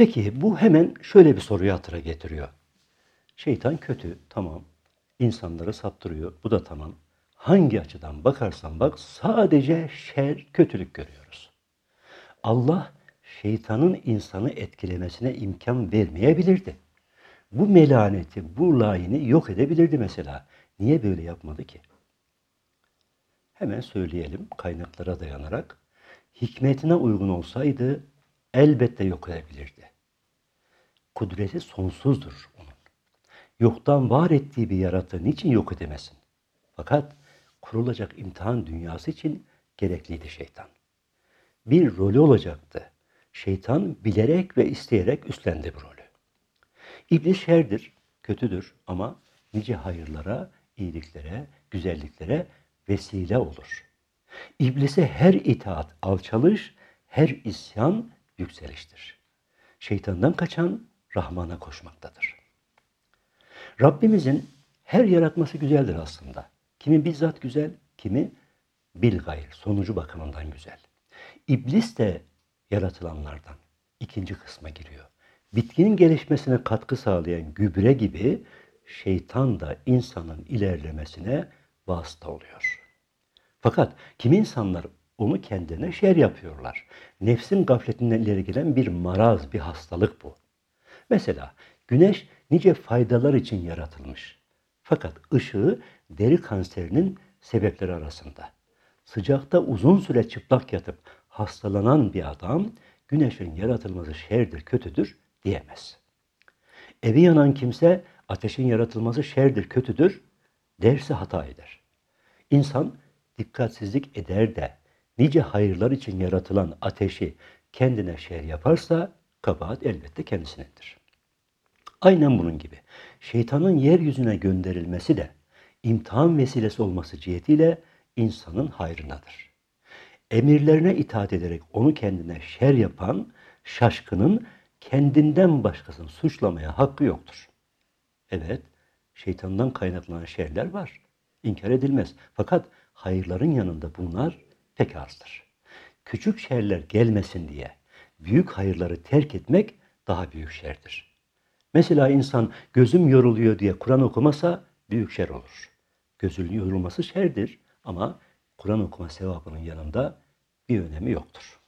Peki bu hemen şöyle bir soruyu hatıra getiriyor. Şeytan kötü, tamam. İnsanları saptırıyor, bu da tamam. Hangi açıdan bakarsan bak sadece şer, kötülük görüyoruz. Allah şeytanın insanı etkilemesine imkan vermeyebilirdi. Bu melaneti, bu layını yok edebilirdi mesela. Niye böyle yapmadı ki? Hemen söyleyelim kaynaklara dayanarak. Hikmetine uygun olsaydı elbette yok edebilirdi. Kudreti sonsuzdur onun. Yoktan var ettiği bir yaratığı niçin yok edemesin? Fakat kurulacak imtihan dünyası için gerekliydi şeytan. Bir rolü olacaktı. Şeytan bilerek ve isteyerek üstlendi bu rolü. İblis şerdir, kötüdür ama nice hayırlara, iyiliklere, güzelliklere vesile olur. İblise her itaat alçalış, her isyan yükseliştir. Şeytandan kaçan Rahman'a koşmaktadır. Rabbimizin her yaratması güzeldir aslında. Kimi bizzat güzel, kimi bilgayr, sonucu bakımından güzel. İblis de yaratılanlardan ikinci kısma giriyor. Bitkinin gelişmesine katkı sağlayan gübre gibi şeytan da insanın ilerlemesine vasıta oluyor. Fakat kimi insanlar onu kendine şer yapıyorlar. Nefsin gafletinden ileri gelen bir maraz, bir hastalık bu. Mesela güneş nice faydalar için yaratılmış. Fakat ışığı deri kanserinin sebepleri arasında. Sıcakta uzun süre çıplak yatıp hastalanan bir adam güneşin yaratılması şerdir, kötüdür diyemez. Evi yanan kimse ateşin yaratılması şerdir, kötüdür derse hata eder. İnsan dikkatsizlik eder de nice hayırlar için yaratılan ateşi kendine şer yaparsa kabahat elbette kendisinindir. Aynen bunun gibi şeytanın yeryüzüne gönderilmesi de imtihan vesilesi olması cihetiyle insanın hayrınadır. Emirlerine itaat ederek onu kendine şer yapan şaşkının kendinden başkasını suçlamaya hakkı yoktur. Evet, şeytandan kaynaklanan şerler var. İnkar edilmez. Fakat hayırların yanında bunlar pek azdır. Küçük şerler gelmesin diye büyük hayırları terk etmek daha büyük şerdir. Mesela insan gözüm yoruluyor diye Kur'an okumasa büyük şer olur. Gözünün yorulması şerdir ama Kur'an okuma sevabının yanında bir önemi yoktur.